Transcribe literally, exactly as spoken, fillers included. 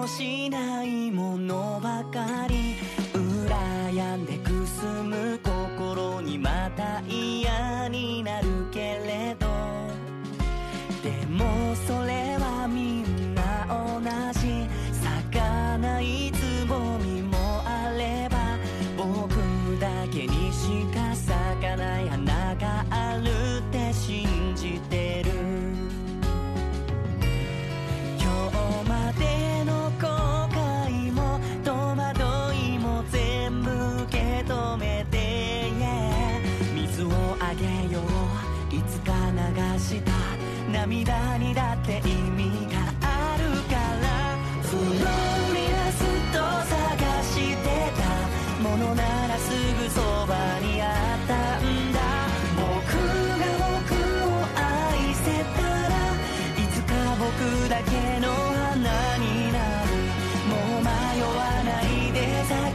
もしないものばかり羨んでくすむ心にまた嫌になるけれど、でもそれはみんな同じ。咲かないつぼみもあれば僕だけにしか咲かない花があるって信じてる。今日までの後悔も戸惑いも全部受け止めて、yeah、水をあげよういつか流した涙にだって意味があるから、フロリダずっと探してたものならすぐそばにあったんだ。僕が僕を愛せたらいつか僕だけの花になる。もう迷わないでさ